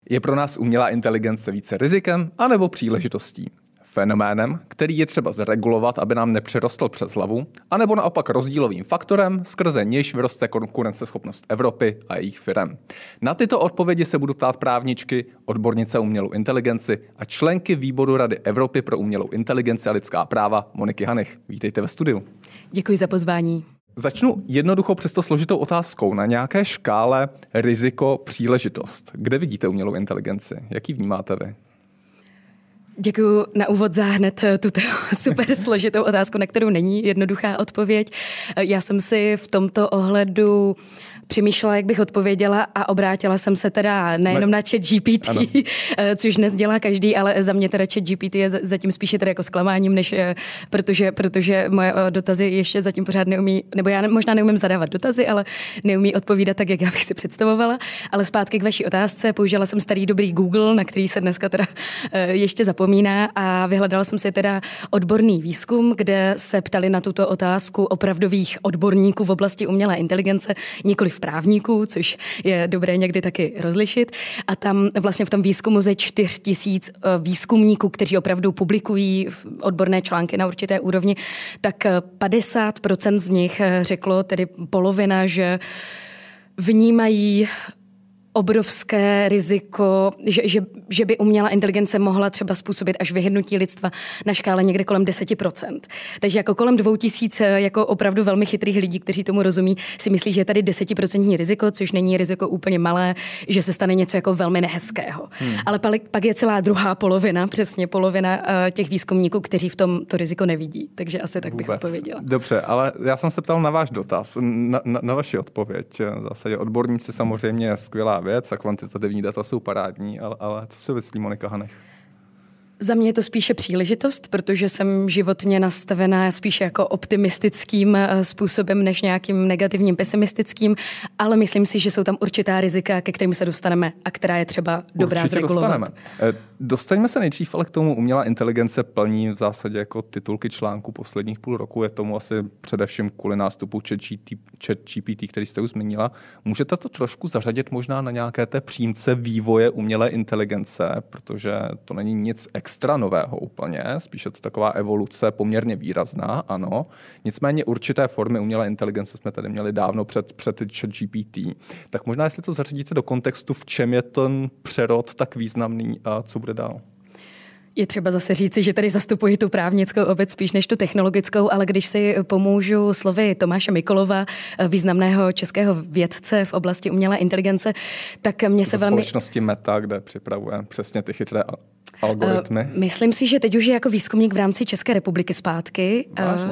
Je pro nás umělá inteligence více rizikem anebo příležitostí? Fenoménem, který je třeba zregulovat, aby nám nepřerostl přes hlavu, anebo naopak rozdílovým faktorem, skrze nějž vyroste konkurenceschopnost Evropy a jejich firem. Na tyto odpovědi se budu ptát právničky, odbornice umělou inteligenci a členky výboru Rady Evropy pro umělou inteligenci a lidská práva Moniky Hanich. Vítejte ve studiu. Děkuji za pozvání. Začnu jednoduchou, přesto složitou otázkou. Na nějaké škále riziko-příležitost. Kde vidíte umělou inteligenci? Jak ji vnímáte vy? Děkuji na úvod za hned tuto super složitou otázku, na kterou není jednoduchá odpověď. Já jsem si v tomto ohledu přemýšlela, jak bych odpověděla a obrátila jsem se teda nejenom na ChatGPT, což dnes dělá každý, ale za mě teda ChatGPT je zatím spíše teda jako zklamáním, než protože moje dotazy ještě zatím pořád neumí, nebo já možná neumím zadávat dotazy, ale neumí odpovídat tak, jak já bych si představovala. Ale zpátky k vaší otázce, použila jsem starý dobrý Google, na který se dneska teda ještě zapomíná a vyhledala jsem si teda odborný výzkum, kde se ptali na tuto otázku opravdových odborníků v oblasti umělé inteligence, nikoliv právníků, což je dobré někdy taky rozlišit. A tam vlastně v tom výzkumu ze 4000 výzkumníků, kteří opravdu publikují odborné články na určité úrovni, tak 50% z nich řeklo, tedy polovina, že vnímají obrovské riziko, že by umělá inteligence mohla třeba způsobit až vyhynutí lidstva na škále někde kolem 10%. Takže jako kolem 2000 jako opravdu velmi chytrých lidí, kteří tomu rozumí, si myslí, že je tady 10% riziko, což není riziko úplně malé, že se stane něco jako velmi nehezkého. Ale pak je celá druhá polovina, přesně polovina těch výzkumníků, kteří v tom to riziko nevidí. Takže asi tak bych odpověděla. Dobře, ale já jsem se ptal na váš dotaz, na vaši odpověď. V zásadě odborníci samozřejmě je skvělá věc a kvantitativní data jsou parádní, ale co si myslí Monika Hanich? Za mě je to spíše příležitost, protože jsem životně nastavená spíše jako optimistickým způsobem než nějakým negativním, pesimistickým, ale myslím si, že jsou tam určitá rizika, ke kterým se dostaneme a která je třeba dobrá zregulovat. Dostaňme se nejdřív ale k tomu. Umělá inteligence plní v zásadě jako titulky článku posledních půl roku. Je tomu asi především kvůli nástupu ChatGPT, který jste už zmínila. Můžete to trošku zařadit možná na nějaké té přímce vývoje umělé inteligence, protože to není nic extra nového úplně, spíše to taková evoluce poměrně výrazná, ano. Nicméně určité formy umělé inteligence jsme tady měli dávno před ChatGPT. Tak možná, jestli to zařadíte do kontextu, v čem je ten přerod tak významný a co bude dál? Je třeba zase říci, že tady zastupuji tu právnickou obec spíš než tu technologickou, ale když si pomůžu slovy Tomáše Mikolova, významného českého vědce v oblasti umělé inteligence, tak mě se velmi... společnosti Meta, kde připravuje přesně ty chytré algoritmy. Myslím si, že teď už je jako výzkumník v rámci České republiky zpátky,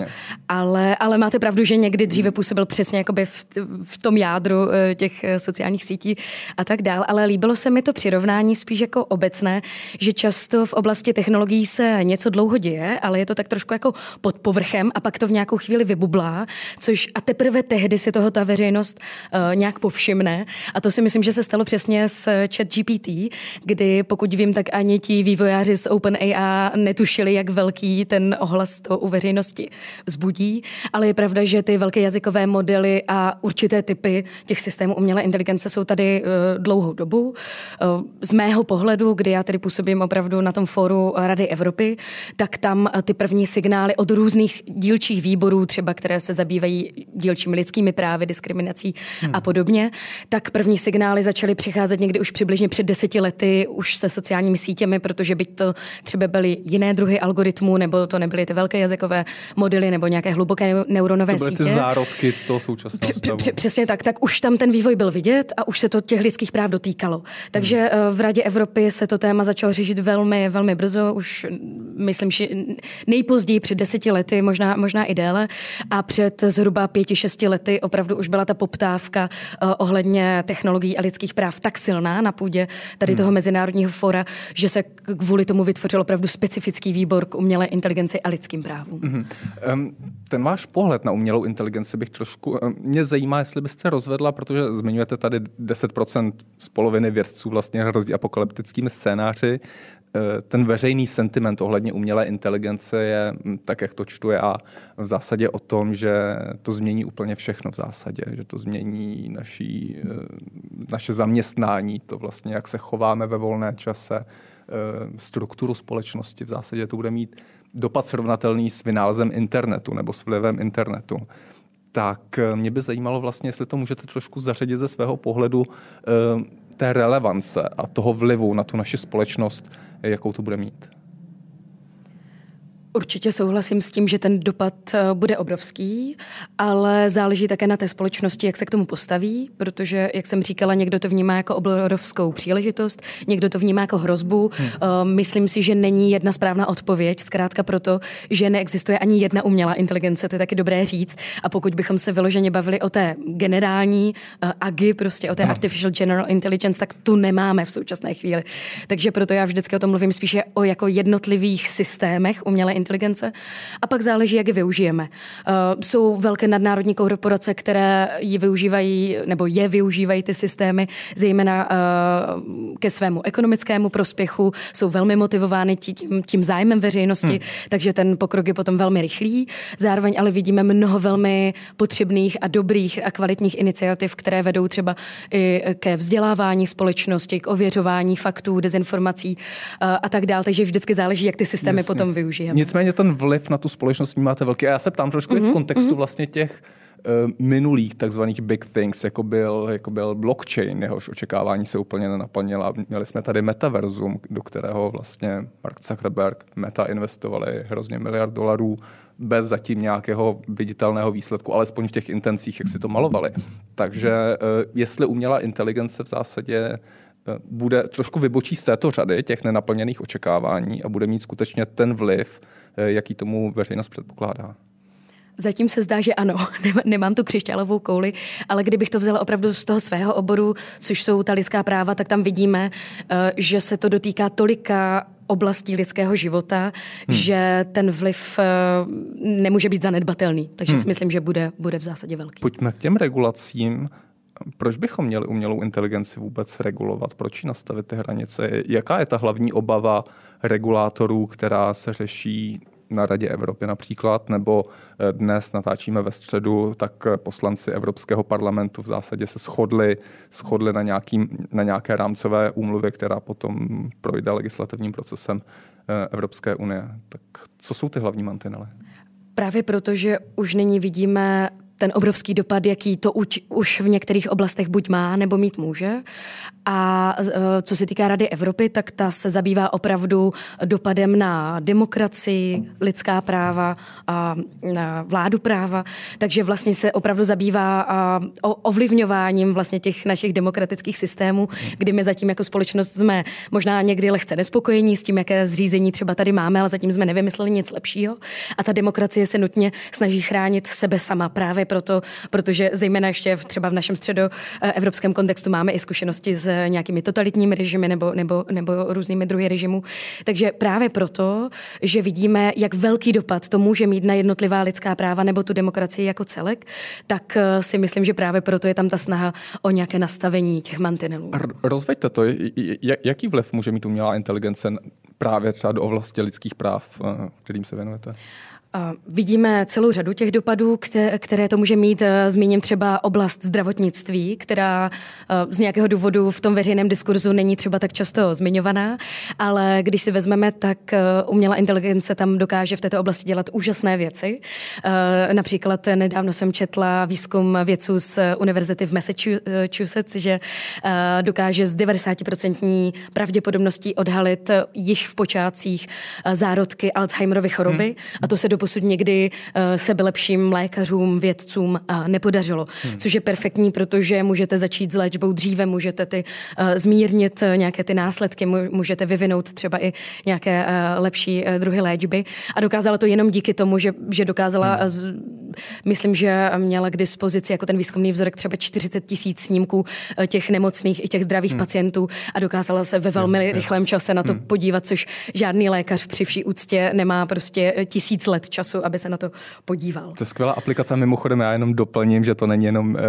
ale máte pravdu, že někdy dříve působil přesně jakoby v tom jádru těch sociálních sítí a tak dál, ale líbilo se mi to přirovnání spíš jako obecné, že často v oblasti technologií se něco dlouho děje, ale je to tak trošku jako pod povrchem a pak to v nějakou chvíli vybublá, a teprve tehdy si toho ta veřejnost nějak povšimne. A to si myslím, že se stalo přesně s ChatGPT, kdy pokud vím, tak ani ti vývojáři z OpenAI netušili, jak velký ten ohlas to u veřejnosti vzbudí, ale je pravda, že ty velké jazykové modely a určité typy těch systémů umělé inteligence jsou tady dlouhou dobu. Z mého pohledu, kdy já tedy působím opravdu na tom fóru Rady Evropy, tak tam ty první signály od různých dílčích výborů, třeba které se zabývají dílčími lidskými právy, diskriminací a podobně, tak první signály začaly přicházet někdy už přibližně před 10 lety už se sociálními sítěmi, protože byť to třeba byly jiné druhy algoritmů, nebo to nebyly ty velké jazykové modely, nebo nějaké hluboké neuronové sítě. To byly ty zárodky toho současného stavu. Přesně tak už tam ten vývoj byl vidět a už se to těch lidských práv dotýkalo. Takže v Radě Evropy se to téma začalo řešit velmi, velmi brzo, už myslím, že nejpozději před 10 lety, možná i déle, a před zhruba 5-6 lety opravdu už byla ta poptávka ohledně technologií a lidských práv tak silná na půdě tady toho mezinárodního fóra, že se kvůli tomu vytvořil opravdu specifický výbor k umělé inteligenci a lidským právům. Ten váš pohled na umělou inteligenci bych trošku... Mě zajímá, jestli byste rozvedla, protože zmiňujete tady 10% z poloviny vědců vlastně hrozí apokalyptickými scénáři. ten veřejný sentiment ohledně umělé inteligence je, tak jak to čtu já, v zásadě o tom, že to změní úplně všechno v zásadě, že to změní naše zaměstnání, to vlastně, jak se chováme ve volné čase, strukturu společnosti. V zásadě to bude mít dopad srovnatelný s vynálezem internetu nebo s vlivem internetu. Tak mě by zajímalo vlastně, jestli to můžete trošku zařadit ze svého pohledu té relevance a toho vlivu na tu naši společnost, jakou to bude mít. Určitě souhlasím s tím, že ten dopad bude obrovský, ale záleží také na té společnosti, jak se k tomu postaví, protože, jak jsem říkala, někdo to vnímá jako obrovskou příležitost, někdo to vnímá jako hrozbu. Myslím si, že není jedna správná odpověď, zkrátka proto, že neexistuje ani jedna umělá inteligence, to je taky dobré říct. A pokud bychom se vyloženě bavili o té generální AGI, prostě o té Artificial General Intelligence, tak tu nemáme v současné chvíli. Takže proto já vždycky o tom mluvím spíše o jako jednotlivých systémech umělé inteligence a pak záleží, jak je využijeme. Jsou velké nadnárodní korporace, které ji využívají nebo je využívají ty systémy zejména ke svému ekonomickému prospěchu, jsou velmi motivovány tím zájmem veřejnosti, takže ten pokrok je potom velmi rychlý. Zároveň ale vidíme mnoho velmi potřebných a dobrých a kvalitních iniciativ, které vedou třeba i ke vzdělávání společnosti, k ověřování faktů, dezinformací a tak dále. Takže vždycky záleží, jak ty systémy potom využijeme. Nicméně ten vliv na tu společnost máte velký. A já se ptám trošku i v kontextu vlastně těch minulých takzvaných big things, jako byl blockchain, jehož očekávání se úplně nenaplnila. Měli jsme tady metaverzum, do kterého vlastně Mark Zuckerberg, Meta investovali hrozně $1 miliard bez zatím nějakého viditelného výsledku, alespoň v těch intencích, jak si to malovali. Takže jestli umělá inteligence v zásadě bude trošku vybočí z této řady těch nenaplněných očekávání a bude mít skutečně ten vliv, jaký tomu veřejnost předpokládá. Zatím se zdá, že ano, nemám tu křišťálovou kouli, ale kdybych to vzala opravdu z toho svého oboru, což jsou ta lidská práva, tak tam vidíme, že se to dotýká tolika oblastí lidského života, že ten vliv nemůže být zanedbatelný. Takže si myslím, že bude v zásadě velký. Pojďme k těm regulacím. Proč bychom měli umělou inteligenci vůbec regulovat? Proč ji nastavit ty hranice? Jaká je ta hlavní obava regulátorů, která se řeší na Radě Evropy například, nebo dnes natáčíme ve středu, tak poslanci Evropského parlamentu v zásadě se shodli na nějaké rámcové úmluvě, která potom projde legislativním procesem Evropské unie. Tak co jsou ty hlavní mantinely? Právě proto, že už nyní vidíme ten obrovský dopad, jaký to už v některých oblastech buď má, nebo mít může. A co se týká Rady Evropy, tak ta se zabývá opravdu dopadem na demokracii, lidská práva a na vládu práva. Takže vlastně se opravdu zabývá ovlivňováním vlastně těch našich demokratických systémů, kdy my zatím jako společnost jsme možná někdy lehce nespokojení s tím, jaké zřízení třeba tady máme, ale zatím jsme nevymysleli nic lepšího. A ta demokracie se nutně snaží chránit sebe sama právě proto, protože zejména ještě třeba v našem středoevropském kontextu máme i zkušenosti s nějakými totalitními režimy nebo různými druhy režimů. Takže právě proto, že vidíme, jak velký dopad to může mít na jednotlivá lidská práva nebo tu demokracii jako celek, tak si myslím, že právě proto je tam ta snaha o nějaké nastavení těch mantinelů. Rozveďte to. Jaký vliv může mít umělá inteligence právě třeba do oblasti lidských práv, kterým se věnujete? Vidíme celou řadu těch dopadů, které to může mít. Zmíním třeba oblast zdravotnictví, která z nějakého důvodu v tom veřejném diskurzu není třeba tak často zmiňovaná, ale když si vezmeme, tak umělá inteligence tam dokáže v této oblasti dělat úžasné věci. Například nedávno jsem četla výzkum vědců z univerzity v Massachusetts, že dokáže s 90% pravděpodobností odhalit již v počátcích zárodky Alzheimerovy choroby a to se doposud někdy sebelepším lékařům, vědcům nepodařilo. Což je perfektní, protože můžete začít s léčbou dříve, můžete zmírnit nějaké ty následky, můžete vyvinout třeba i nějaké lepší druhy léčby. A dokázala to jenom díky tomu, že dokázala myslím, že měla k dispozici jako ten výzkumný vzorek třeba 40 000 snímků těch nemocných i těch zdravých pacientů a dokázala se ve velmi rychlém čase na to podívat, což žádný lékař při vší úctě nemá prostě 1000 let času, aby se na to podíval. To je skvělá aplikace, mimochodem já jenom doplním, že to není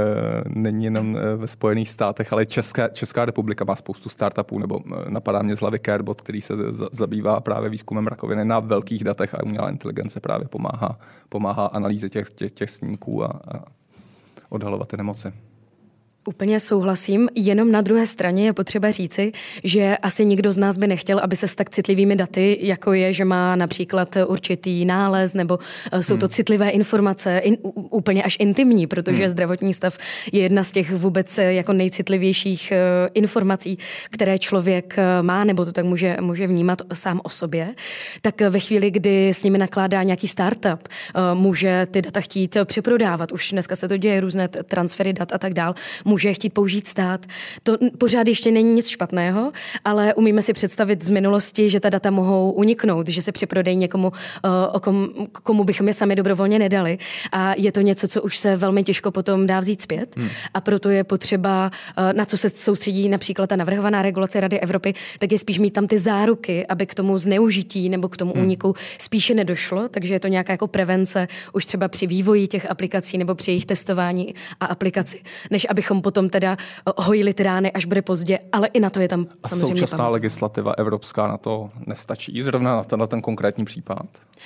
jenom ve Spojených státech, ale Česká republika má spoustu startupů, nebo napadá mě z hlavy Carebot, který se zabývá právě výzkumem rakoviny na velkých datech a umělá inteligence právě pomáhá analýze těch snímků a odhalovat ty nemoci. Úplně souhlasím, jenom na druhé straně je potřeba říci, že asi nikdo z nás by nechtěl, aby se s tak citlivými daty, jako je, že má například určitý nález, nebo jsou to citlivé informace, úplně až intimní, protože zdravotní stav je jedna z těch vůbec jako nejcitlivějších informací, které člověk má, nebo to tak může vnímat sám o sobě, tak ve chvíli, kdy s nimi nakládá nějaký startup, může ty data chtít přeprodávat. Už dneska se to děje, různé transfery dat a tak dál. Může chtít použít stát. To pořád ještě není nic špatného, ale umíme si představit z minulosti, že ta data mohou uniknout, že se přeprodejí někomu, komu bychom je sami dobrovolně nedali. A je to něco, co už se velmi těžko potom dá vzít zpět. A proto je potřeba, na co se soustředí například ta navrhovaná regulace Rady Evropy, tak je spíš mít tam ty záruky, aby k tomu zneužití nebo k tomu úniku spíše nedošlo. Takže je to nějaká jako prevence už třeba při vývoji těch aplikací nebo při jejich testování a aplikaci, než abychom potom teda hojili ty rány, až bude pozdě, ale i na to je tam samozřejmě současná legislativa evropská na to nestačí, zrovna na ten konkrétní případ?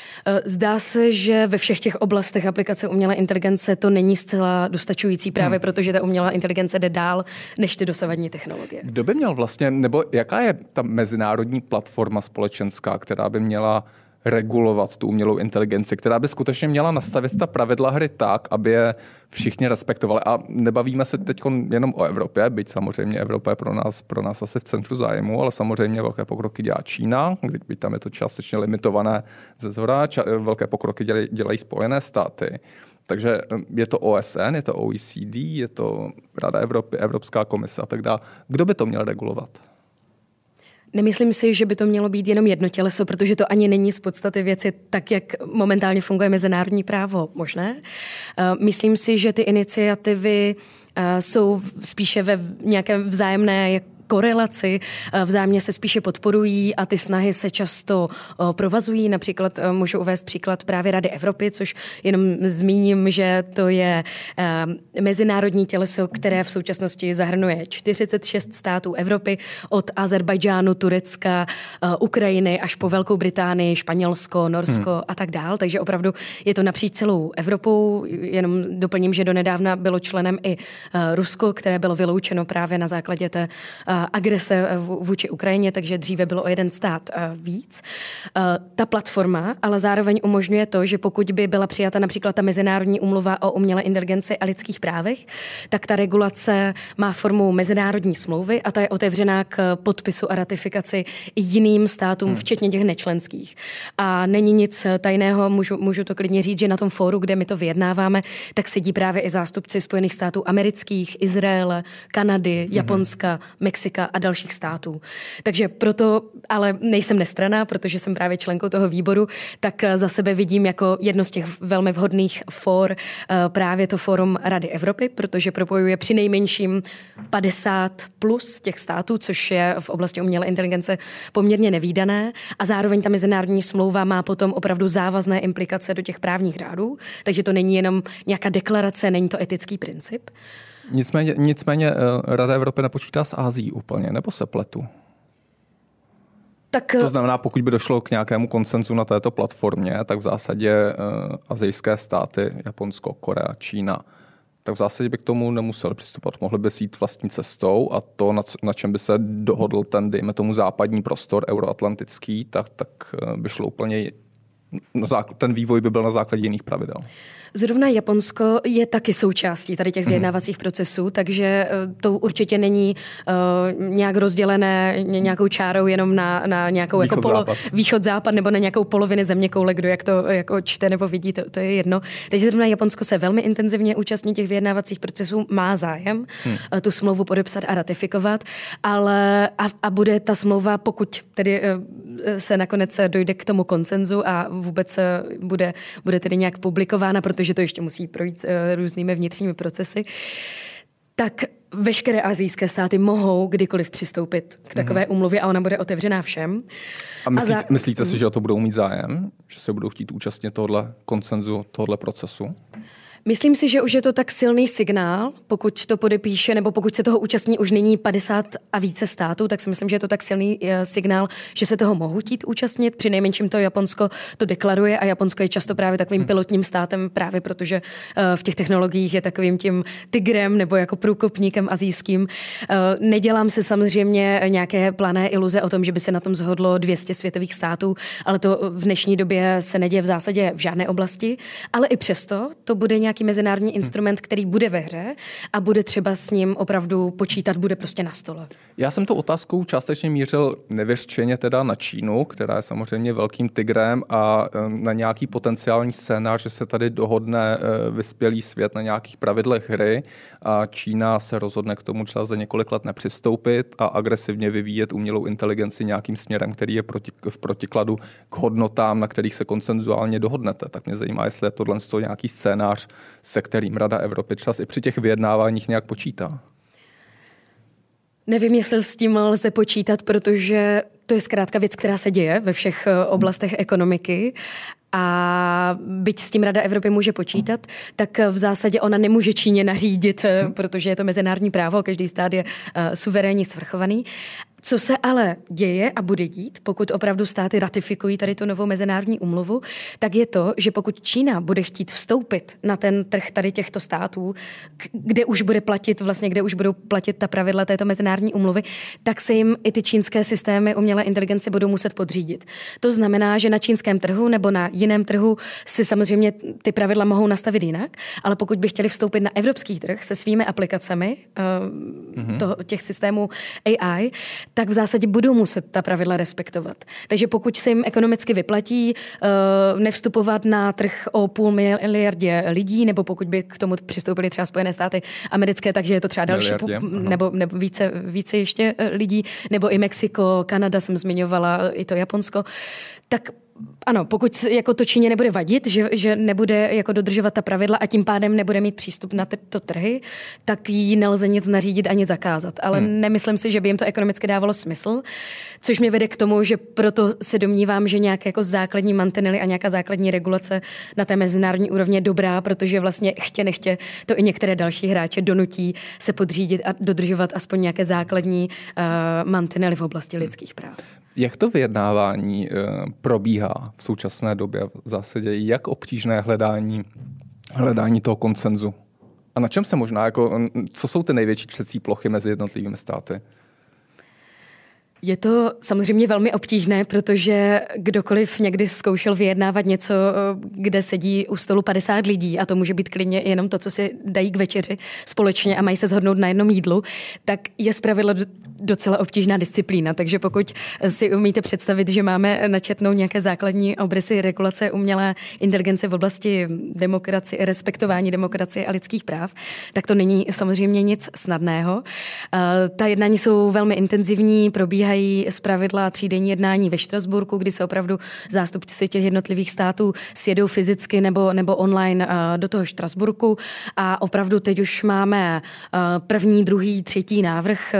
Zdá se, že ve všech těch oblastech aplikace umělé inteligence to není zcela dostačující právě protože ta umělá inteligence jde dál než ty dosavadní technologie. Kdo by měl vlastně, nebo jaká je ta mezinárodní platforma společenská, která by měla regulovat tu umělou inteligenci, která by skutečně měla nastavit ta pravidla hry tak, aby je všichni respektovali. A nebavíme se teď jenom o Evropě, byť samozřejmě Evropa je pro nás asi v centru zájmu, ale samozřejmě velké pokroky dělá Čína, byť tam je to částečně limitované ze zhora, velké pokroky dělají Spojené státy. Takže je to OSN, je to OECD, je to Rada Evropy, Evropská komise a tak dále. Kdo by to měl regulovat? Nemyslím si, že by to mělo být jenom jedno těleso, protože to ani není z podstaty věci tak, jak momentálně funguje mezinárodní právo možné. Myslím si, že ty iniciativy jsou spíše ve nějaké vzájemné korelaci, vzájemně se spíše podporují a ty snahy se často provazují. Například můžu uvést příklad právě Rady Evropy, což jenom zmíním, že to je mezinárodní těleso, které v současnosti zahrnuje 46 států Evropy, od Azerbajdžánu, Turecka, Ukrajiny až po Velkou Británii, Španělsko, Norsko a tak dál. Takže opravdu je to napříč celou Evropou. Jenom doplním, že donedávna bylo členem i Rusko, které bylo vyloučeno právě na základě té agrese vůči Ukrajině, takže dříve bylo o jeden stát víc. Ta platforma ale zároveň umožňuje to, že pokud by byla přijata například ta mezinárodní úmluva o umělé inteligenci a lidských právech, tak ta regulace má formu mezinárodní smlouvy a ta je otevřená k podpisu a ratifikaci i jiným státům, včetně těch nečlenských. A není nic tajného, můžu to klidně říct, že na tom fóru, kde my to vyjednáváme, tak sedí právě i zástupci Spojených států amerických, Izraele, Kanady, Japonska, Mexika a dalších států. Takže proto, ale nejsem nestranná, protože jsem právě členkou toho výboru, tak za sebe vidím jako jedno z těch velmi vhodných fór právě to fórum Rady Evropy, protože propojuje přinejmenším 50 plus těch států, což je v oblasti umělé inteligence poměrně nevídané a zároveň ta mezinárodní smlouva má potom opravdu závazné implikace do těch právních řádů, takže to není jenom nějaká deklarace, není to etický princip. Nicméně Rada Evropy nepočítá s Ázií úplně, nebo se pletu? To znamená, pokud by došlo k nějakému konsenzu na této platformě, tak v zásadě asijské státy, Japonsko, Korea, Čína, tak v zásadě by k tomu nemuseli přistupovat. Mohli by si jít vlastní cestou a to, na čem by se dohodl ten, dejme tomu, západní prostor euroatlantický, tak by šlo úplně, ten vývoj by byl na základě jiných pravidel. Zrovna Japonsko je taky součástí tady těch vyjednávacích procesů, takže to určitě není nějak rozdělené nějakou čárou jenom na nějakou východ-západ nebo na nějakou poloviny zeměkoule, kdo jak to jako čte nebo vidí, to je jedno. Takže zrovna Japonsko se velmi intenzivně účastní těch vyjednávacích procesů, má zájem tu smlouvu podepsat a ratifikovat, ale a bude ta smlouva, pokud tedy se nakonec dojde k tomu konsenzu a vůbec bude tedy nějak publikována, protože to ještě musí projít různými vnitřními procesy, tak veškeré asijské státy mohou kdykoliv přistoupit k takové úmluvě a ona bude otevřená všem. A myslíte si, že o to budou mít zájem? Že se budou chtít účastnit tohohle konsenzu, tohohle procesu? Myslím si, že už je to tak silný signál, pokud to podepíše, nebo pokud se toho účastní už nyní 50 a více států, tak si myslím, že je to tak silný signál, že se toho mohou chtít účastnit. Přinejmenším to Japonsko to deklaruje a Japonsko je často právě takovým pilotním státem, právě protože v těch technologiích je takovým tím tigrem nebo jako průkopníkem asijským. Nedělám se samozřejmě nějaké plané iluze o tom, že by se na tom shodlo 200 světových států, ale to v dnešní době se neděje v zásadě v žádné oblasti, ale i přesto to bude nějaký mezinárodní instrument, který bude ve hře a bude třeba s ním opravdu počítat, bude prostě na stole. Já jsem tou otázkou částečně mířil nevyřčeně teda na Čínu, která je samozřejmě velkým tigrem a na nějaký potenciální scénář, že se tady dohodne vyspělý svět na nějakých pravidlech hry a Čína se rozhodne k tomu třeba za několik let nepřistoupit a agresivně vyvíjet umělou inteligenci nějakým směrem, který je v protikladu k hodnotám, na kterých se konsenzuálně dohodnete. Tak mě zajímá, jestli je tohle nějaký scénář, se kterým Rada Evropy čas i při těch vyjednáváních nějak počítá. Nevím, jestli s tím lze počítat, protože to je zkrátka věc, která se děje ve všech oblastech ekonomiky. A byť s tím Rada Evropy může počítat, tak v zásadě ona nemůže Číně nařídit, protože je to mezinárodní právo, každý stát je suverénní, svrchovaný. Co se ale děje a bude dít, pokud opravdu státy ratifikují tady tu novou mezinárodní úmluvu, tak je to, že pokud Čína bude chtít vstoupit na ten trh tady těchto států, kde už budou platit ta pravidla této mezinárodní úmluvy, tak se jim i ty čínské systémy umělé inteligence budou muset podřídit. To znamená, že na čínském trhu nebo na jiném trhu si samozřejmě ty pravidla mohou nastavit jinak, ale pokud by chtěli vstoupit na evropský trh se svými aplikacemi těch systémů AI, tak v zásadě budou muset ta pravidla respektovat. Takže pokud se jim ekonomicky vyplatí nevstupovat na trh o 500 miliardě lidí, nebo pokud by k tomu přistoupili třeba Spojené státy americké, takže je to třeba další nebo více ještě lidí, nebo i Mexiko, Kanada jsem zmiňovala, i to Japonsko, tak ano, pokud jako to Číně nebude vadit, že nebude jako dodržovat ta pravidla a tím pádem nebude mít přístup na tyto trhy, tak jí nelze nic nařídit ani zakázat. Ale nemyslím si, že by jim to ekonomicky dávalo smysl, což mě vede k tomu, že proto se domnívám, že nějaké jako základní mantinely a nějaká základní regulace na té mezinárodní úrovni je dobrá, protože vlastně nechtě to i některé další hráče donutí se podřídit a dodržovat aspoň nějaké základní mantinely v oblasti lidských práv. Jak to vyjednávání probíhá v současné době v zásadě? Jak obtížné hledání toho konsenzu? A na čem se možná, co jsou ty největší třecí plochy mezi jednotlivými státy? Je to samozřejmě velmi obtížné, protože kdokoliv někdy zkoušel vyjednávat něco, kde sedí u stolu 50 lidí, a to může být klidně jenom to, co si dají k večeři společně a mají se shodnout na jednom jídlu, tak je zpravidla docela obtížná disciplína. Takže pokud si umíte představit, že máme načetnout nějaké základní obrysy regulace umělé inteligence v oblasti demokracie, respektování demokracie a lidských práv, tak to není samozřejmě nic snadného. Ta jednání jsou velmi intenzivní, probíhají zpravidla třídenní jednání ve Štrasburku, kdy se opravdu zástupci těch jednotlivých států sjedou fyzicky nebo online do toho Štrasburku a opravdu teď už máme první, druhý, třetí návrh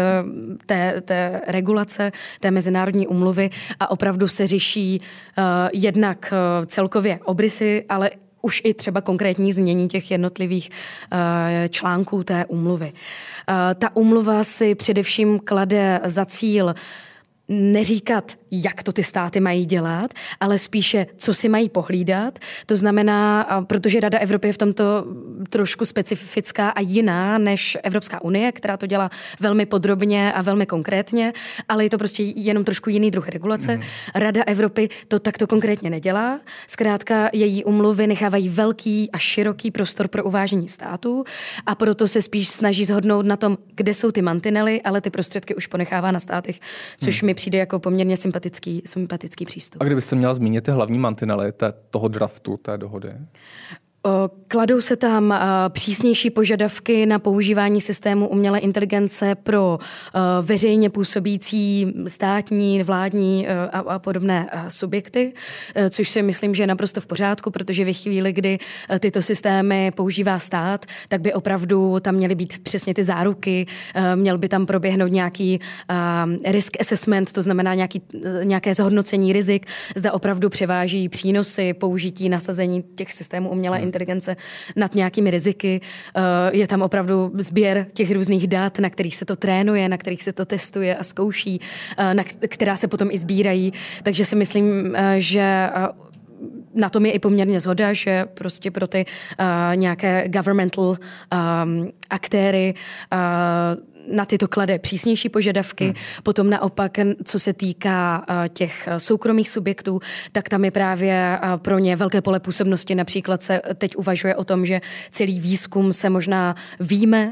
té regulace, té mezinárodní úmluvy a opravdu se řeší jednak celkově obrysy, ale už i třeba konkrétní změní těch jednotlivých článků té úmluvy. Ta úmluva si především klade za cíl neříkat, jak to ty státy mají dělat, ale spíše, co si mají pohlídat. To znamená, protože Rada Evropy je v tomto trošku specifická a jiná než Evropská unie, která to dělá velmi podrobně a velmi konkrétně, ale je to prostě jenom trošku jiný druh regulace. Rada Evropy to takto konkrétně nedělá. Zkrátka její úmluvy nechávají velký a široký prostor pro uvážení států a proto se spíš snaží shodnout na tom, kde jsou ty mantinely, ale ty prostředky už ponechává na státech, což mi přijde jako poměrně sympatický přístup. A kdybyste měla zmínit ty hlavní mantinely toho draftu, té dohody? Kladou se tam přísnější požadavky na používání systému umělé inteligence pro veřejně působící státní, vládní a podobné subjekty, což si myslím, že je naprosto v pořádku, protože ve chvíli, kdy tyto systémy používá stát, tak by opravdu tam měly být přesně ty záruky, měl by tam proběhnout nějaký risk assessment, to znamená nějaké zhodnocení rizik, zda opravdu převáží přínosy použití, nasazení těch systémů umělé inteligence nad nějakými riziky. Je tam opravdu sběr těch různých dat, na kterých se to trénuje, na kterých se to testuje a zkouší, která se potom i sbírají. Takže si myslím, že na tom je i poměrně shoda, že prostě pro ty nějaké governmental aktéry na tyto klade přísnější požadavky. Potom naopak, co se týká těch soukromých subjektů, tak tam je právě pro ně velké pole působnosti. Například se teď uvažuje o tom, že celý výzkum se možná víme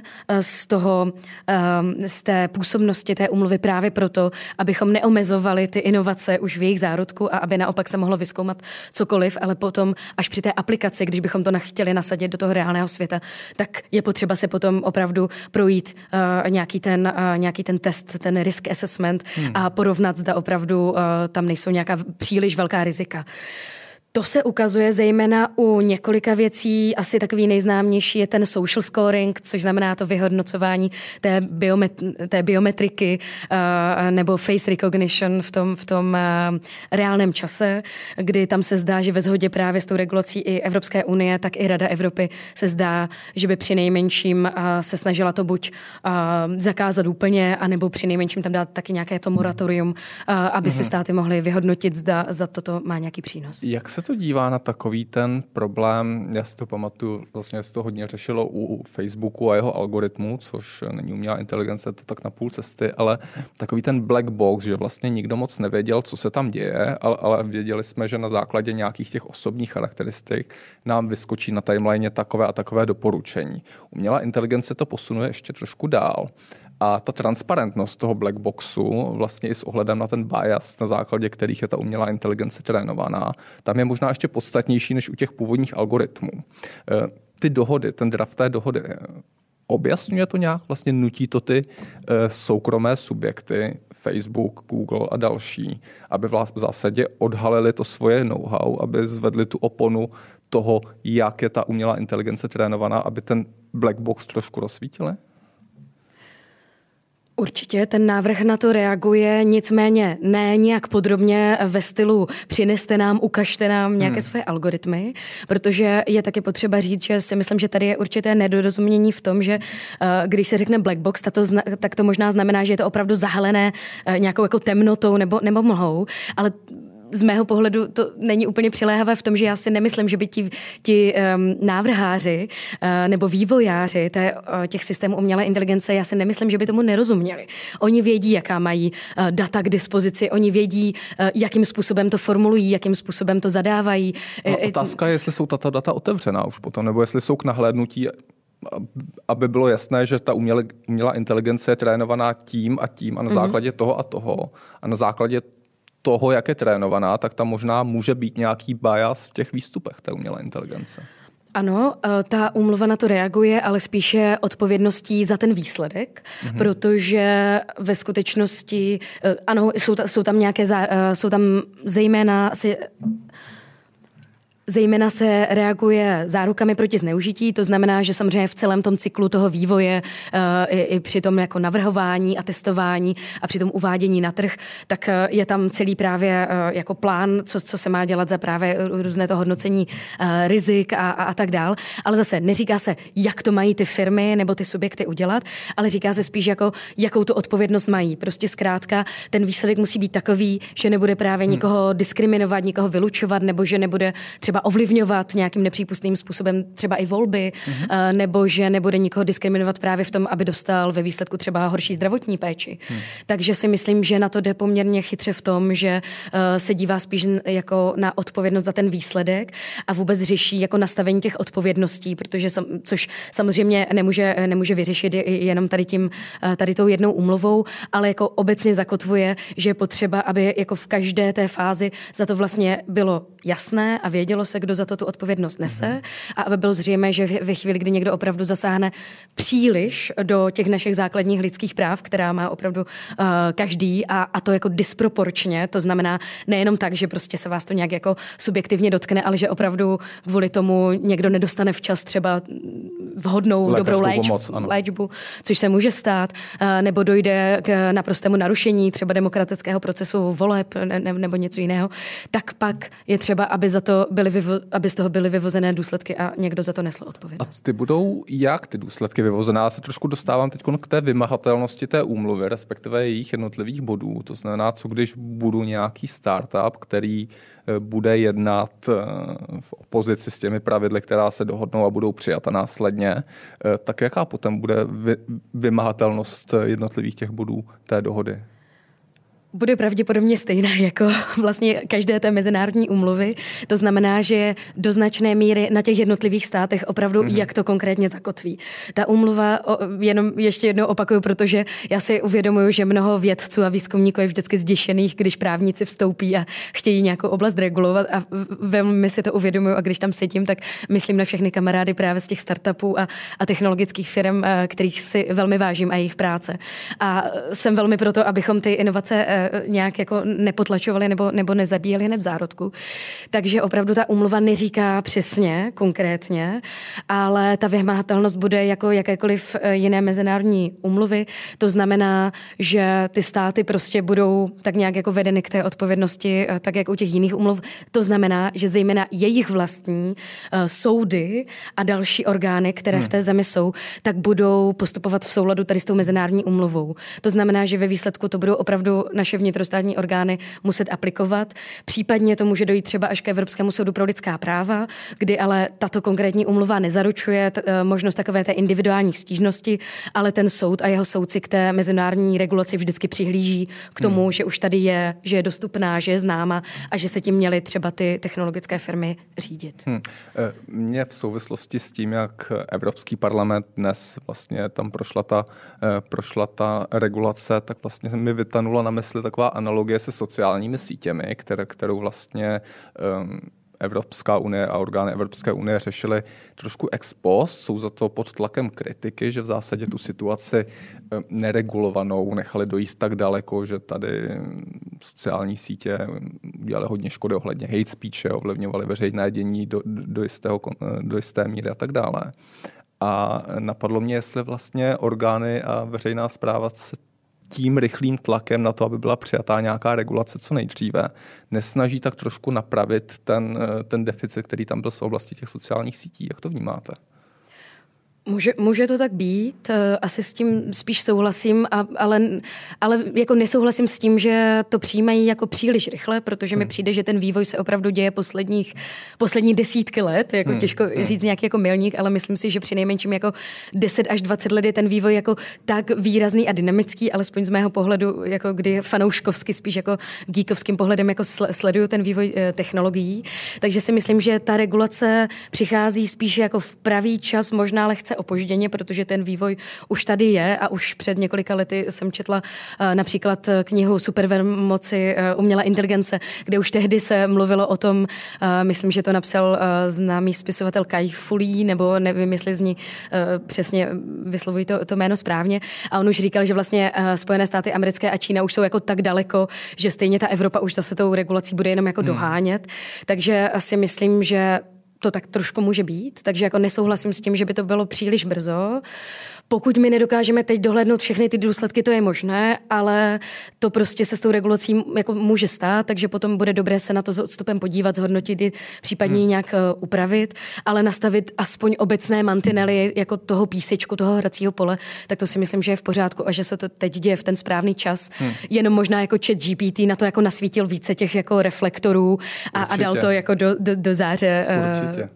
z té působnosti té úmluvy právě proto, abychom neomezovali ty inovace už v jejich zárodku a aby naopak se mohlo vyzkoumat cokoliv, ale potom až při té aplikaci, když bychom to chtěli nasadit do toho reálného světa, tak je potřeba se potom opravdu projít nějaký ten test, ten risk assessment a porovnat, zda opravdu tam nejsou nějaká příliš velká rizika. To se ukazuje zejména u několika věcí. Asi takový nejznámější je ten social scoring, což znamená to vyhodnocování té biometriky nebo face recognition v tom reálném čase, kdy tam se zdá, že ve shodě právě s tou regulací i Evropské unie, tak i Rada Evropy se zdá, že by při nejmenším se snažila to buď zakázat úplně, anebo při nejmenším tam dát taky nějaké to moratorium, aby si státy mohly vyhodnotit, zda toto má nějaký přínos. Jak se to dívá na takový ten problém? Já si to pamatuju, vlastně se to hodně řešilo u Facebooku a jeho algoritmu, což není umělá inteligence, to tak na půl cesty, ale takový ten black box, že vlastně nikdo moc nevěděl, co se tam děje, ale věděli jsme, že na základě nějakých těch osobních charakteristik nám vyskočí na timeline takové a takové doporučení. Umělá inteligence to posunuje ještě trošku dál. A ta transparentnost toho black boxu, vlastně i s ohledem na ten bias, na základě kterých je ta umělá inteligence trénovaná, tam je možná ještě podstatnější než u těch původních algoritmů. Ty dohody, ten draft té dohody, objasňuje to nějak? Vlastně nutí to ty soukromé subjekty, Facebook, Google a další, aby v zásadě odhalili to svoje know-how, aby zvedli tu oponu toho, jak je ta umělá inteligence trénovaná, aby ten black box trošku rozsvítili? Určitě ten návrh na to reaguje, nicméně ne nějak podrobně ve stylu přineste nám, ukažte nám nějaké svoje algoritmy, protože je taky potřeba říct, že si myslím, že tady je určité nedorozumění v tom, že když se řekne black box, tak to možná znamená, že je to opravdu zahalené nějakou jako temnotou nebo mlhou, ale z mého pohledu to není úplně přiléhavé v tom, že já si nemyslím, že by ti návrháři nebo vývojáři těch systémů umělé inteligence, já si nemyslím, že by tomu nerozuměli. Oni vědí, jaká mají data k dispozici, oni vědí, jakým způsobem to formulují, jakým způsobem to zadávají. Otázka je, jestli jsou tato data otevřená už potom, nebo jestli jsou k nahlédnutí, aby bylo jasné, že ta umělá inteligence je trénovaná tím a na základě toho a toho a na základě toho, jak je trénovaná, tak tam možná může být nějaký bias v těch výstupech té umělé inteligence. Ano, ta úmluva na to reaguje, ale spíše odpovědností za ten výsledek, protože ve skutečnosti, ano, jsou tam nějaké, jsou tam zejména se reaguje zárukami proti zneužití, to znamená, že samozřejmě v celém tom cyklu toho vývoje i při tom jako navrhování a testování a při tom uvádění na trh, tak je tam celý právě jako plán, co se má dělat za právě různé to hodnocení rizik a tak dál. Ale zase neříká se, jak to mají ty firmy nebo ty subjekty udělat, ale říká se spíš jako, jakou tu odpovědnost mají. Prostě zkrátka ten výsledek musí být takový, že nebude právě nikoho diskriminovat, nikoho vylučovat, nebo že nebude třeba ovlivňovat nějakým nepřípustným způsobem třeba i volby, nebo že nebude nikoho diskriminovat právě v tom, aby dostal ve výsledku třeba horší zdravotní péči. Takže si myslím, že na to jde poměrně chytře v tom, že se dívá spíš jako na odpovědnost za ten výsledek a vůbec řeší jako nastavení těch odpovědností, protože což samozřejmě nemůže vyřešit jenom tady tou jednou úmluvou, ale jako obecně zakotvuje, že je potřeba, aby jako v každé té fázi za to vlastně bylo jasné a vědělo se, kdo za to tu odpovědnost nese a aby bylo zřejmé, že ve chvíli, kdy někdo opravdu zasáhne příliš do těch našich základních lidských práv, která má opravdu každý a to jako disproporčně, to znamená nejenom tak, že prostě se vás to nějak jako subjektivně dotkne, ale že opravdu kvůli tomu někdo nedostane včas třeba vhodnou, dobrou léčbu, což se může stát, nebo dojde k naprostému narušení třeba demokratického procesu voleb nebo něco jiného, tak pak je třeba, aby z toho byly vyvozené důsledky a někdo za to nesl odpovědnost. A ty budou jak ty důsledky vyvozené? Já se trošku dostávám teď k té vymahatelnosti té úmluvy, respektive jejich jednotlivých bodů. To znamená, co když budu nějaký startup, který bude jednat v opozici s těmi pravidly, která se dohodnou a budou přijata následně, tak jaká potom bude vymahatelnost jednotlivých těch bodů té dohody? Bude pravděpodobně stejná jako vlastně každé té mezinárodní úmluvy. To znamená, že do značné míry na těch jednotlivých státech opravdu, jak to konkrétně zakotví. Ta úmluva, jenom ještě jednou opakuju, protože já si uvědomuju, že mnoho vědců a výzkumníků je vždycky zděšených, když právníci vstoupí a chtějí nějakou oblast regulovat a velmi si to uvědomuju a když tam sedím, tak myslím na všechny kamarády právě z těch startupů a technologických firm, kterých si velmi vážím a jejich práce. A jsem velmi proto, abychom ty inovace nějak jako nepotlačovali nebo nezabíjeli hned v zárodku. Takže opravdu ta úmluva neříká přesně, konkrétně, ale ta vymahatelnost bude jako jakékoliv jiné mezinárodní úmluvy. To znamená, že ty státy prostě budou tak nějak jako vedeny k té odpovědnosti, tak jak u těch jiných úmluv. To znamená, že zejména jejich vlastní soudy a další orgány, které v té zemi jsou, tak budou postupovat v souladu tady s tou mezinárodní úmluvou. To znamená, že ve výsledku to budou opravdu naše vnitrostátní orgány muset aplikovat. Případně to může dojít třeba až k Evropskému soudu pro lidská práva, kdy ale tato konkrétní úmluva nezaručuje možnost takové té individuální stížnosti, ale ten soud a jeho soudci k té mezinárodní regulaci vždycky přihlíží k tomu, že už tady je, že je dostupná, že je známa a že se tím měly třeba ty technologické firmy řídit. Mně v souvislosti s tím, jak Evropský parlament dnes vlastně tam prošla ta regulace, tak vlastně mi vytanula na mysli taková analogie se sociálními sítěmi, kterou vlastně Evropská unie a orgány Evropské unie řešily trošku ex post, jsou za to pod tlakem kritiky, že v zásadě tu situaci neregulovanou nechali dojít tak daleko, že tady sociální sítě dělaly hodně škody ohledně hate speeche, ovlivňovaly veřejné dění do jisté míry a tak dále. A napadlo mě, jestli vlastně orgány a veřejná správa se tím rychlým tlakem na to, aby byla přijatá nějaká regulace co nejdříve, nesnaží tak trošku napravit ten deficit, který tam byl v oblasti těch sociálních sítí. Jak to vnímáte? Může to tak být, asi s tím spíš souhlasím, ale jako nesouhlasím s tím, že to přijímají jako příliš rychle, protože mi přijde, že ten vývoj se opravdu děje poslední desítky let, jako těžko říct nějaký jako milník, ale myslím si, že přinejmenším jako 10 až 20 let je ten vývoj jako tak výrazný a dynamický, alespoň z mého pohledu, jako kdy fanouškovsky, spíš jako geekovským pohledem jako sleduju ten vývoj technologií. Takže si myslím, že ta regulace přichází spíš jako v pravý čas, možná lehce opožděně, protože ten vývoj už tady je a už před několika lety jsem četla například knihu Supervelmoci umělé inteligence, kde už tehdy se mluvilo o tom, myslím, že to napsal známý spisovatel Kai Fu Lee, nebo nevím, jestli z ní přesně vyslovují to jméno správně. A on už říkal, že vlastně Spojené státy americké a Čína už jsou jako tak daleko, že stejně ta Evropa už zase tou regulací bude jenom jako dohánět. Takže asi myslím, že to tak trošku může být, takže jako nesouhlasím s tím, že by to bylo příliš brzo. Pokud my nedokážeme teď dohlédnout všechny ty důsledky, to je možné, ale to prostě se s tou regulací jako může stát, takže potom bude dobré se na to s odstupem podívat, zhodnotit i případně nějak upravit, ale nastavit aspoň obecné mantinely jako toho písečku, toho hracího pole, tak to si myslím, že je v pořádku a že se to teď děje v ten správný čas. Jenom možná jako ChatGPT na to jako nasvítil více těch jako reflektorů a dal to jako do záře. Určitě.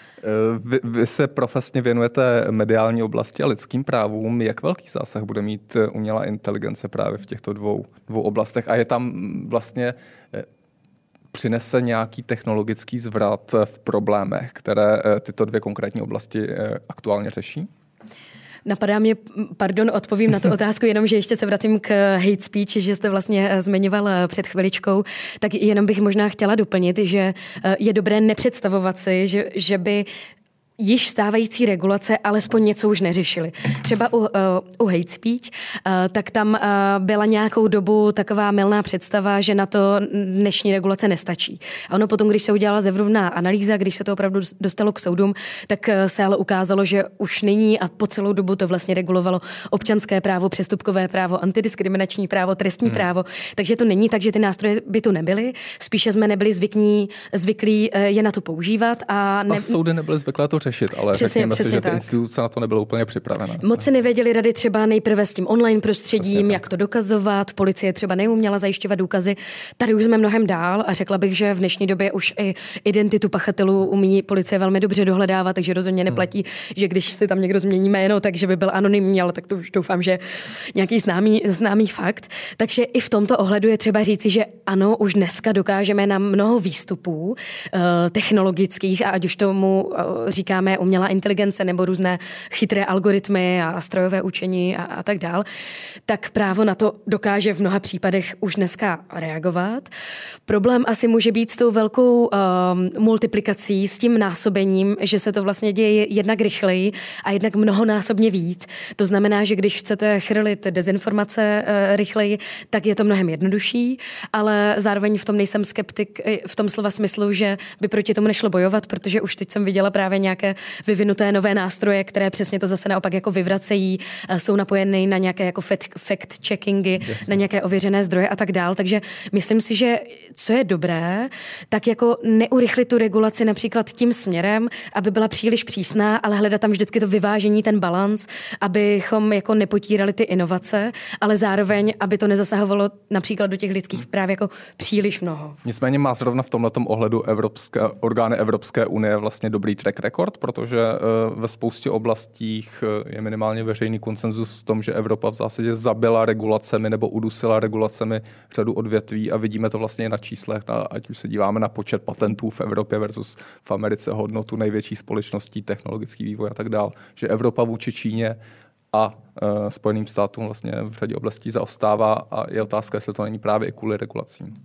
Vy se profesně věnujete mediální oblasti a lidským právům. Jak velký zásah bude mít umělá inteligence právě v těchto dvou oblastech? A je tam vlastně přinese nějaký technologický zvrat v problémech, které tyto dvě konkrétní oblasti aktuálně řeší? Napadá mě, odpovím na tu otázku, jenom že ještě se vracím k hate speech, že jste vlastně zmiňoval před chviličkou, tak jenom bych možná chtěla doplnit, že je dobré nepředstavovat si, že by již stávající regulace alespoň něco už neřešili. Třeba u hate speech, tak tam byla nějakou dobu taková mylná představa, že na to dnešní regulace nestačí. A ono potom, když se udělala zevrubná analýza, když se to opravdu dostalo k soudům, tak se ale ukázalo, že už není a po celou dobu to vlastně regulovalo občanské právo, přestupkové právo, antidiskriminační právo, trestní právo. Takže to není tak, že ty nástroje by tu nebyly. Spíše jsme nebyli zvyklí je na to používat. A soudy nebyly zvyklé to řešit, ale řekněme si, že ty instituce na to nebyly úplně připravené. Moc si nevěděli rady třeba nejprve s tím online prostředím, jak to dokazovat, policie třeba neuměla zajišťovat důkazy. Tady už jsme mnohem dál a řekla bych, že v dnešní době už i identitu pachatelů umí policie velmi dobře dohledávat, takže rozhodně neplatí, že když si tam někdo změní jméno, takže by byl anonymní, ale tak to už doufám, že nějaký známý fakt. Takže i v tomto ohledu je třeba říci, že ano, už dneska dokážeme na mnoho výstupů technologických a ať už tomu říkáme umělá inteligence nebo různé chytré algoritmy a strojové učení a tak dál, tak právo na to dokáže v mnoha případech už dneska reagovat. Problém asi může být s tou velkou multiplikací, s tím násobením, že se to vlastně děje jednak rychleji a jednak mnohonásobně víc. To znamená, že když chcete chrlit dezinformace rychleji, tak je to mnohem jednodušší, ale zároveň v tom nejsem skeptik v tom slova smyslu, že by proti tomu nešlo bojovat, protože už teď jsem viděla právě nějaké vyvinuté nové nástroje, které přesně to zase naopak jako vyvracejí, jsou napojeny na nějaké jako fact-checkingy, na nějaké ověřené zdroje a tak dál. Takže myslím si, že co je dobré, tak jako neurychlit tu regulaci například tím směrem, aby byla příliš přísná, ale hledat tam vždycky to vyvážení, ten balans, abychom jako nepotírali ty inovace, ale zároveň, aby to nezasahovalo například do těch lidských práv jako příliš mnoho. Nicméně má zrovna v tomhletom ohledu orgány Evropské unie vlastně dobrý track record, protože ve spoustě oblastích je minimálně veřejný konsenzus v tom, že Evropa v zásadě zabila regulacemi nebo udusila regulacemi řadu odvětví a vidíme to vlastně i na číslech, ať už se díváme na počet patentů v Evropě versus v Americe, hodnotu největších společností, technologický vývoj a tak dál, že Evropa vůči Číně a Spojeným státům vlastně v řadě oblastí zaostává a je otázka, jestli to není právě i kvůli regulacím.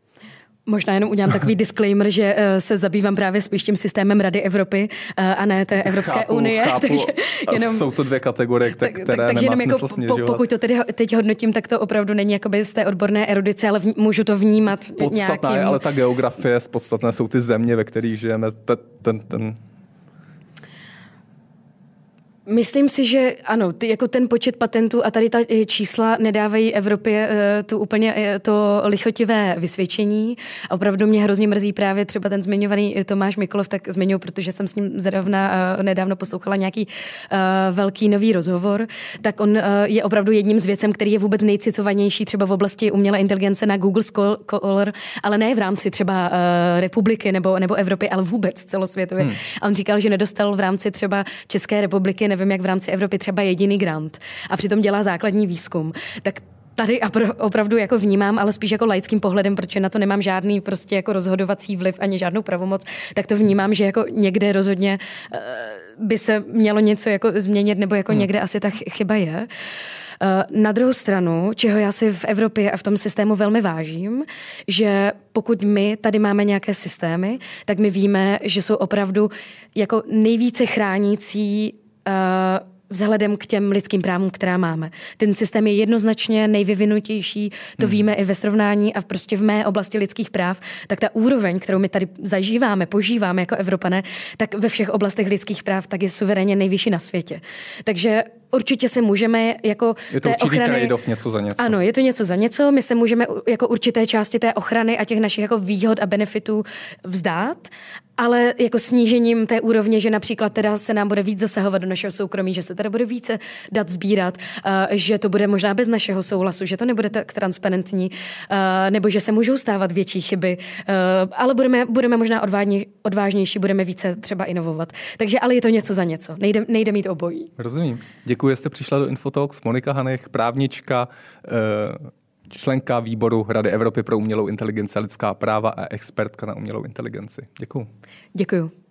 Možná jenom udělám takový disclaimer, že se zabývám právě spíš tím systémem Rady Evropy a ne té Evropské unie. Takže jenom, jsou to dvě kategorie, které nemá smysl jako snižovat. Pokud to teď hodnotím, tak to opravdu není jakoby z té odborné erudice, ale můžu to vnímat podstatná nějakým... je ale ta geografie, podstatné jsou ty země, ve kterých žijeme. Myslím si, že ano, jako ten počet patentů a tady ta čísla nedávají Evropě tu úplně to lichotivé vysvědčení. A opravdu mě hrozně mrzí právě třeba ten zmiňovaný Tomáš Mikolov, tak zmiňuji, protože jsem s ním zrovna nedávno poslouchala nějaký velký nový rozhovor, tak on je opravdu jedním z věcem, který je vůbec nejcitovanější třeba v oblasti umělé inteligence na Google Scholar, ale ne v rámci třeba republiky nebo Evropy, ale vůbec celosvětově. A on říkal, že nedostal v rámci třeba České republiky, nevím, jak v rámci Evropy třeba jediný grant a přitom dělá základní výzkum. Tak tady opravdu jako vnímám, ale spíš jako laickým pohledem, protože na to nemám žádný prostě jako rozhodovací vliv ani žádnou pravomoc, tak to vnímám, že jako někde rozhodně by se mělo něco jako změnit, nebo jako někde asi ta chyba je. Na druhou stranu, čeho já si v Evropě a v tom systému velmi vážím, že pokud my tady máme nějaké systémy, tak my víme, že jsou opravdu jako nejvíce chránící vzhledem k těm lidským právům, která máme. Ten systém je jednoznačně nejvyvinutější, to víme i ve srovnání a prostě v mé oblasti lidských práv, tak ta úroveň, kterou my tady zažíváme, požíváme jako Evropané, tak ve všech oblastech lidských práv tak je suverénně nejvyšší na světě. Takže určitě se můžeme jako je to určitý trade-off, něco za něco. Ano, je to něco za něco. My se můžeme jako určité části té ochrany a těch našich jako výhod a benefitů vzdát, ale jako snížením té úrovně, že například teda se nám bude víc zasahovat do našeho soukromí, že se teda bude více dat sbírat, že to bude možná bez našeho souhlasu, že to nebude tak transparentní, nebo že se můžou stávat větší chyby, ale budeme možná odvážnější, budeme více třeba inovovat. Takže ale je to něco za něco. Nejde mít obojí. Rozumím. Děkuji, že jste přišla do Infotalks. Monika Hanich, právnička, členka výboru Rady Evropy pro umělou inteligenci a lidská práva a expertka na umělou inteligenci. Děkuji. Děkuji.